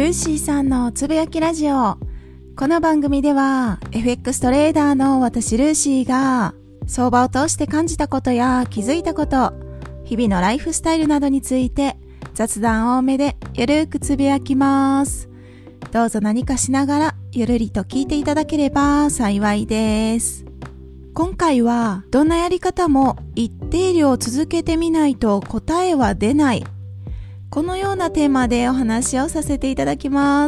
ルーシーさんのつぶやきラジオ。この番組では FX トレーダーの私ルーシーが相場を通して感じたことや気づいたこと、日々のライフスタイルなどについて雑談多めでゆるーくつぶやきます。どうぞ何かしながらゆるりと聞いていただければ幸いです。今回はどんなやり方も一定量続けてみないと答えは出ない、このようなテーマでお話をさせていただきます。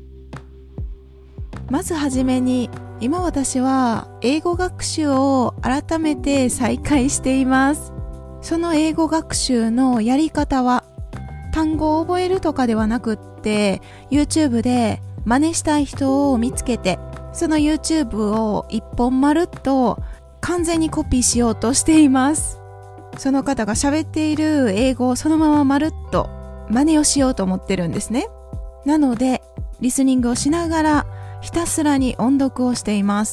まずはじめに、今私は英語学習を改めて再開しています。その英語学習のやり方は、単語を覚えるとかではなくって、YouTube で真似したい人を見つけて、その YouTube を一本まるっと完全にコピーしようとしています。その方が喋っている英語をそのまままるっと真似をしようと思ってるんですね。なので、リスニングをしながらひたすらに音読をしています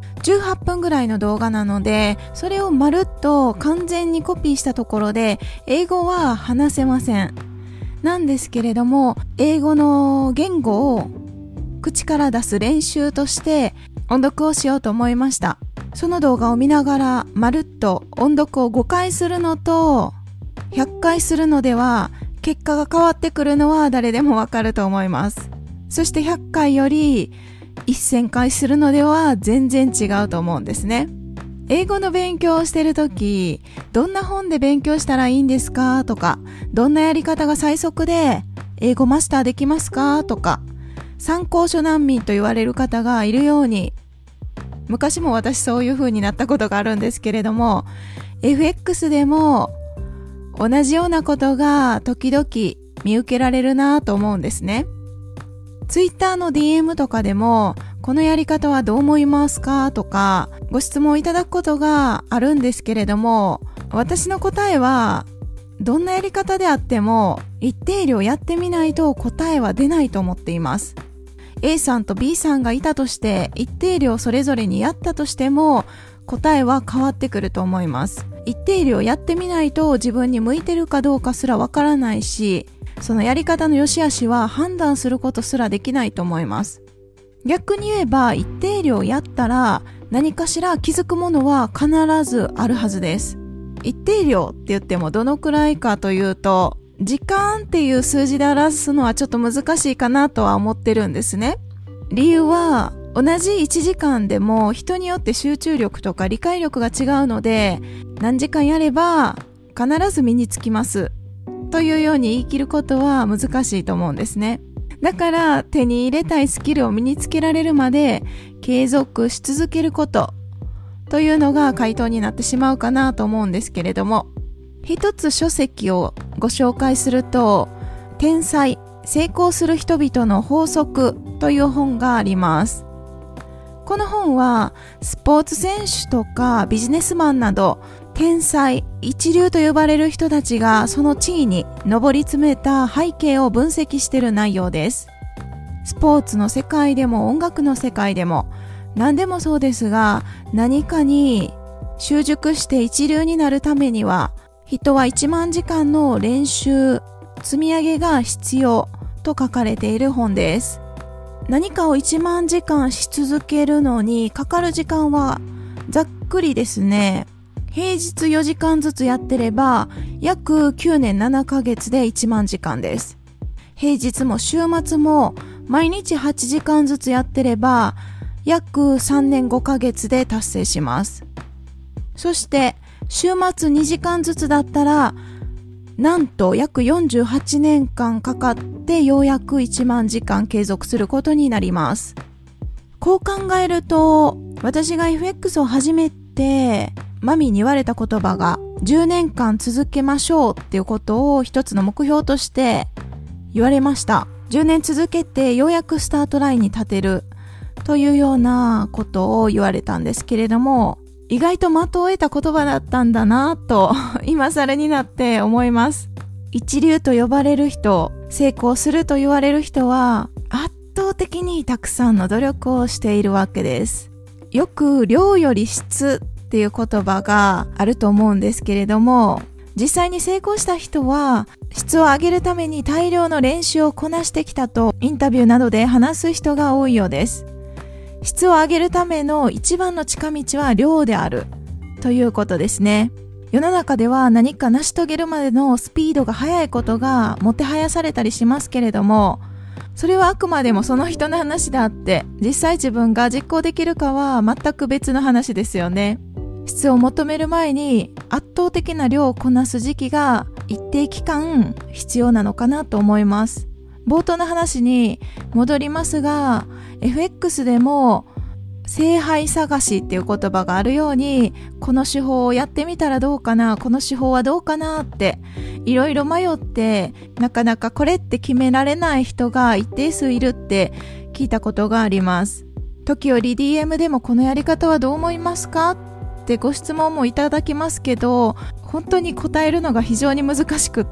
。18分ぐらいの動画なので、それをまるっと完全にコピーしたところで、英語は話せません。なんですけれども、英語の言語を口から出す練習として音読をしようと思いました。その動画を見ながらまるっと音読を5回するのと100回するのでは結果が変わってくるのは誰でもわかると思います。そして100回より1000回するのでは全然違うと思うんですね。英語の勉強をしているとき、どんな本で勉強したらいいんですかとか、どんなやり方が最速で英語マスターできますかとか、参考書難民と言われる方がいるように、昔も私そういう風になったことがあるんですけれども、FX でも同じようなことが時々見受けられるなと思うんですね。Twitter の DM とかでも、このやり方はどう思いますかとか、ご質問いただくことがあるんですけれども、私の答えは、どんなやり方であっても、一定量やってみないと答えは出ないと思っています。A さんと B さんがいたとして、一定量それぞれにやったとしても、答えは変わってくると思います。一定量やってみないと自分に向いてるかどうかすらわからないし、そのやり方の良し悪しは判断することすらできないと思います。逆に言えば、一定量やったら何かしら気づくものは必ずあるはずです。一定量って言ってもどのくらいかというと、時間っていう数字で表すのはちょっと難しいかなとは思ってるんですね。理由は、同じ1時間でも人によって集中力とか理解力が違うので、何時間やれば必ず身につきますというように言い切ることは難しいと思うんですね。だから手に入れたいスキルを身につけられるまで継続し続けることというのが回答になってしまうかなと思うんですけれども、一つ書籍をご紹介すると、天才、成功する人々の法則という本があります。この本はスポーツ選手とかビジネスマンなど天才、一流と呼ばれる人たちがその地位に上り詰めた背景を分析している内容です。スポーツの世界でも音楽の世界でも何でもそうですが、何かに習熟して一流になるためには人は1万時間の練習、積み上げが必要と書かれている本です。何かを1万時間し続けるのにかかる時間はざっくりですね、平日4時間ずつやってれば約9年7ヶ月で1万時間です。平日も週末も毎日8時間ずつやってれば約3年5ヶ月で達成します。そして週末2時間ずつだったらなんと約48年間かかってようやく1万時間継続することになります。こう考えると、私が FX を始めてマミに言われた言葉が10年間続けましょうっていうことを一つの目標として言われました。10年続けてようやくスタートラインに立てるというようなことを言われたんですけれども、意外と的を得た言葉だったんだなと今更になって思います。一流と呼ばれる人、成功すると言われる人は圧倒的にたくさんの努力をしているわけです。よく量より質っていう言葉があると思うんですけれども、 実際に成功した人は質を上げるために大量の練習をこなしてきたとインタビューなどで話す人が多いようです。質を上げるための一番の近道は量であるということですね。世の中では何か成し遂げるまでのスピードが速いことがもてはやされたりしますけれども、それはあくまでもその人の話であって、実際自分が実行できるかは全く別の話ですよね。質を求める前に圧倒的な量をこなす時期が一定期間必要なのかなと思います。冒頭の話に戻りますが、FX でも聖杯探しっていう言葉があるように、この手法をやってみたらどうかな、この手法はどうかなっていろいろ迷って、なかなかこれって決められない人が一定数いるって聞いたことがあります。時折 DM でもこのやり方はどう思いますかってご質問もいただきますけど、本当に答えるのが非常に難しくって、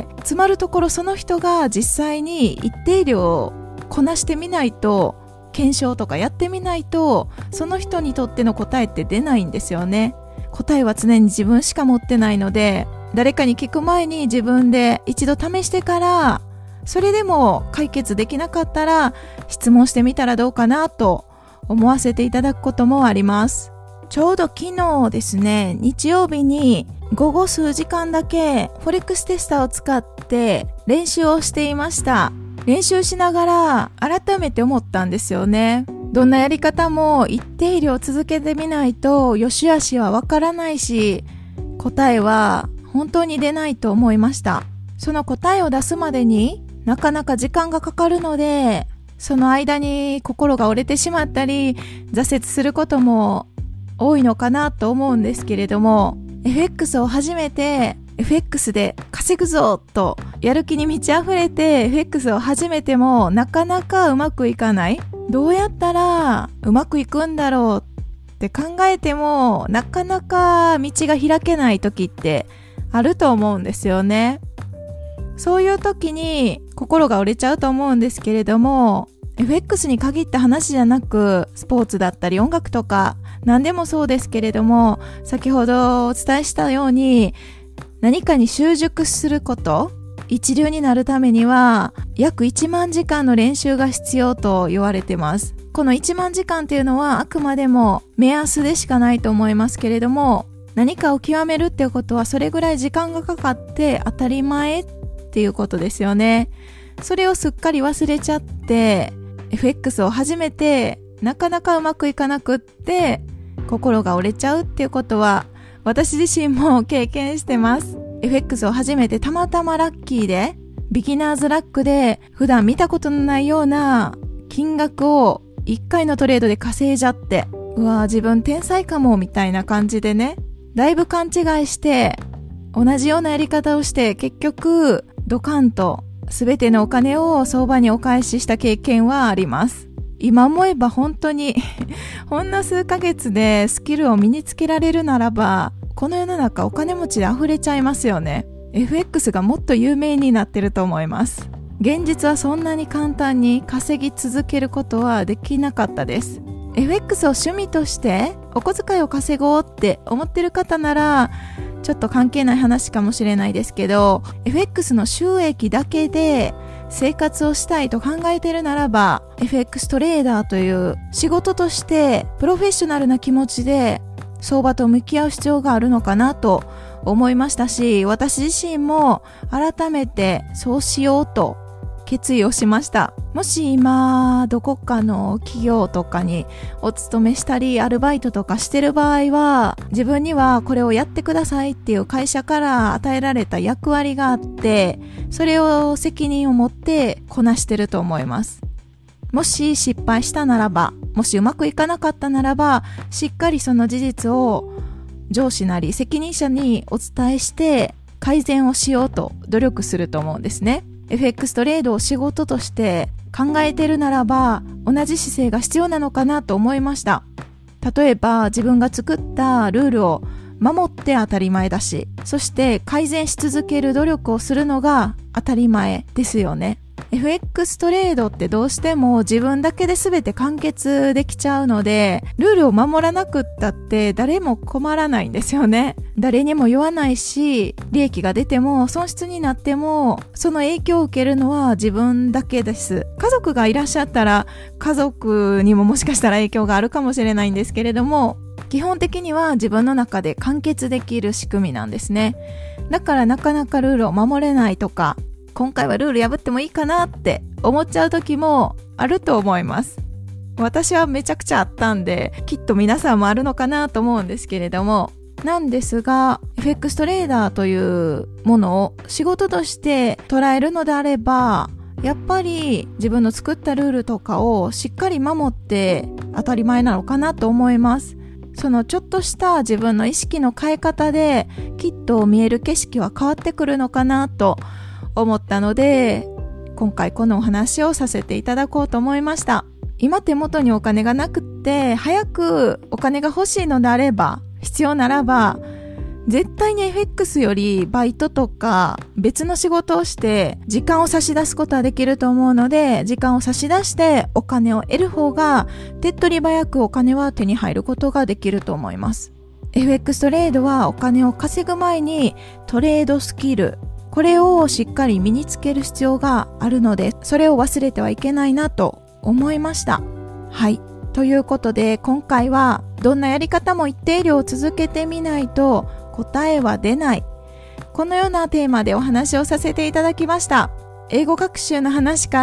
つまるところその人が実際に一定量こなしてみないと、検証とかやってみないとその人にとっての答えって出ないんですよね。答えは常に自分しか持ってないので、誰かに聞く前に自分で一度試してから、それでも解決できなかったら質問してみたらどうかなと思わせていただくこともあります。ちょうど昨日ですね、日曜日に午後数時間だけフォレックステスターを使って練習をしていました。練習しながら改めて思ったんですよね。どんなやり方も一定量続けてみないと良し悪しはわからないし、答えは本当に出ないと思いました。その答えを出すまでになかなか時間がかかるので、その間に心が折れてしまったり挫折することも多いのかなと思うんですけれども、 FX を始めて FX で稼ぐぞとやる気に満ち溢れて FX を始めてもなかなかうまくいかない。どうやったらうまくいくんだろうって考えてもなかなか道が開けない時ってあると思うんですよね。そういう時に心が折れちゃうと思うんですけれども、 FX に限った話じゃなく、スポーツだったり音楽とか何でもそうですけれども、先ほどお伝えしたように何かに習熟すること、一流になるためには約1万時間の練習が必要と言われてます。この1万時間っていうのはあくまでも目安でしかないと思いますけれども、何かを極めるっていうことはそれぐらい時間がかかって当たり前っていうことですよね。それをすっかり忘れちゃって FX を始めてなかなかうまくいかなくって心が折れちゃうっていうことは私自身も経験してます。 FX を始めてたまたまラッキーでビギナーズラックで普段見たことのないような金額を1回のトレードで稼いじゃって、うわ自分天才かもみたいな感じでね、だいぶ勘違いして同じようなやり方をして結局ドカンと全てのお金を相場にお返しした経験はあります。今思えば本当にほんの数ヶ月でスキルを身につけられるならば、この世の中お金持ちで溢れちゃいますよね。 FX がもっと有名になってると思います。現実はそんなに簡単に稼ぎ続けることはできなかったです。 FX を趣味としてお小遣いを稼ごうって思ってる方ならちょっと関係ない話かもしれないですけど、 FX の収益だけで生活をしたいと考えているならば FX トレーダーという仕事としてプロフェッショナルな気持ちで相場と向き合う必要があるのかなと思いましたし、私自身も改めてそうしようと決意をしました。もし今どこかの企業とかにお勤めしたりアルバイトとかしてる場合は、自分にはこれをやってくださいっていう会社から与えられた役割があって、それを責任を持ってこなしてると思います。もし失敗したならば、もしうまくいかなかったならば、しっかりその事実を上司なり責任者にお伝えして改善をしようと努力すると思うんですね。FX トレードを仕事として考えているならば、同じ姿勢が必要なのかなと思いました。例えば自分が作ったルールを守って当たり前だし、そして改善し続ける努力をするのが当たり前ですよね。 FX トレードってどうしても自分だけで全て完結できちゃうので、ルールを守らなくったって誰も困らないんですよね。誰にも言わないし、利益が出ても損失になってもその影響を受けるのは自分だけです。家族がいらっしゃったら家族にももしかしたら影響があるかもしれないんですけれども、基本的には自分の中で完結できる仕組みなんですね。だからなかなかルールを守れないとか、今回はルール破ってもいいかなって思っちゃう時もあると思います。私はめちゃくちゃあったんで、きっと皆さんもあるのかなと思うんですけれども、なんですが FX トレーダーというものを仕事として捉えるのであれば、やっぱり自分の作ったルールとかをしっかり守って当たり前なのかなと思います。そのちょっとした自分の意識の変え方できっと見える景色は変わってくるのかなと思ったので、今回このお話をさせていただこうと思いました。今手元にお金がなくって早くお金が欲しいのであれば、必要ならば絶対に FX よりバイトとか別の仕事をして時間を差し出すことはできると思うので、時間を差し出してお金を得る方が手っ取り早くお金は手に入ることができると思います。 FX トレードはお金を稼ぐ前にトレードスキル、これをしっかり身につける必要があるので、それを忘れてはいけないなと思いました。はい、ということで今回はどんなやり方も一定量続けてみないと答えは出ない、このようなテーマでお話をさせていただきました。英語学習の話から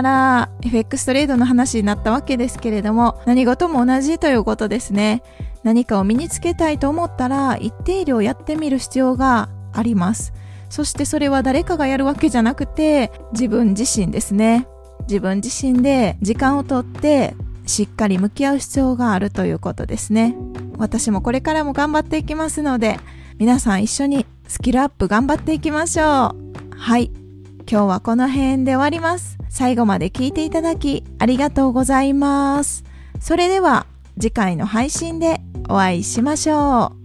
FX トレードの話になったわけですけれども、何事も同じということですね。何かを身につけたいと思ったら一定量やってみる必要があります。そしてそれは誰かがやるわけじゃなくて自分自身ですね。自分自身で時間をとってしっかり向き合う必要があるということですね。私もこれからも頑張っていきますので、皆さん一緒にスキルアップ頑張っていきましょう。はい、今日はこの辺で終わります。最後まで聞いていただきありがとうございます。それでは次回の配信でお会いしましょう。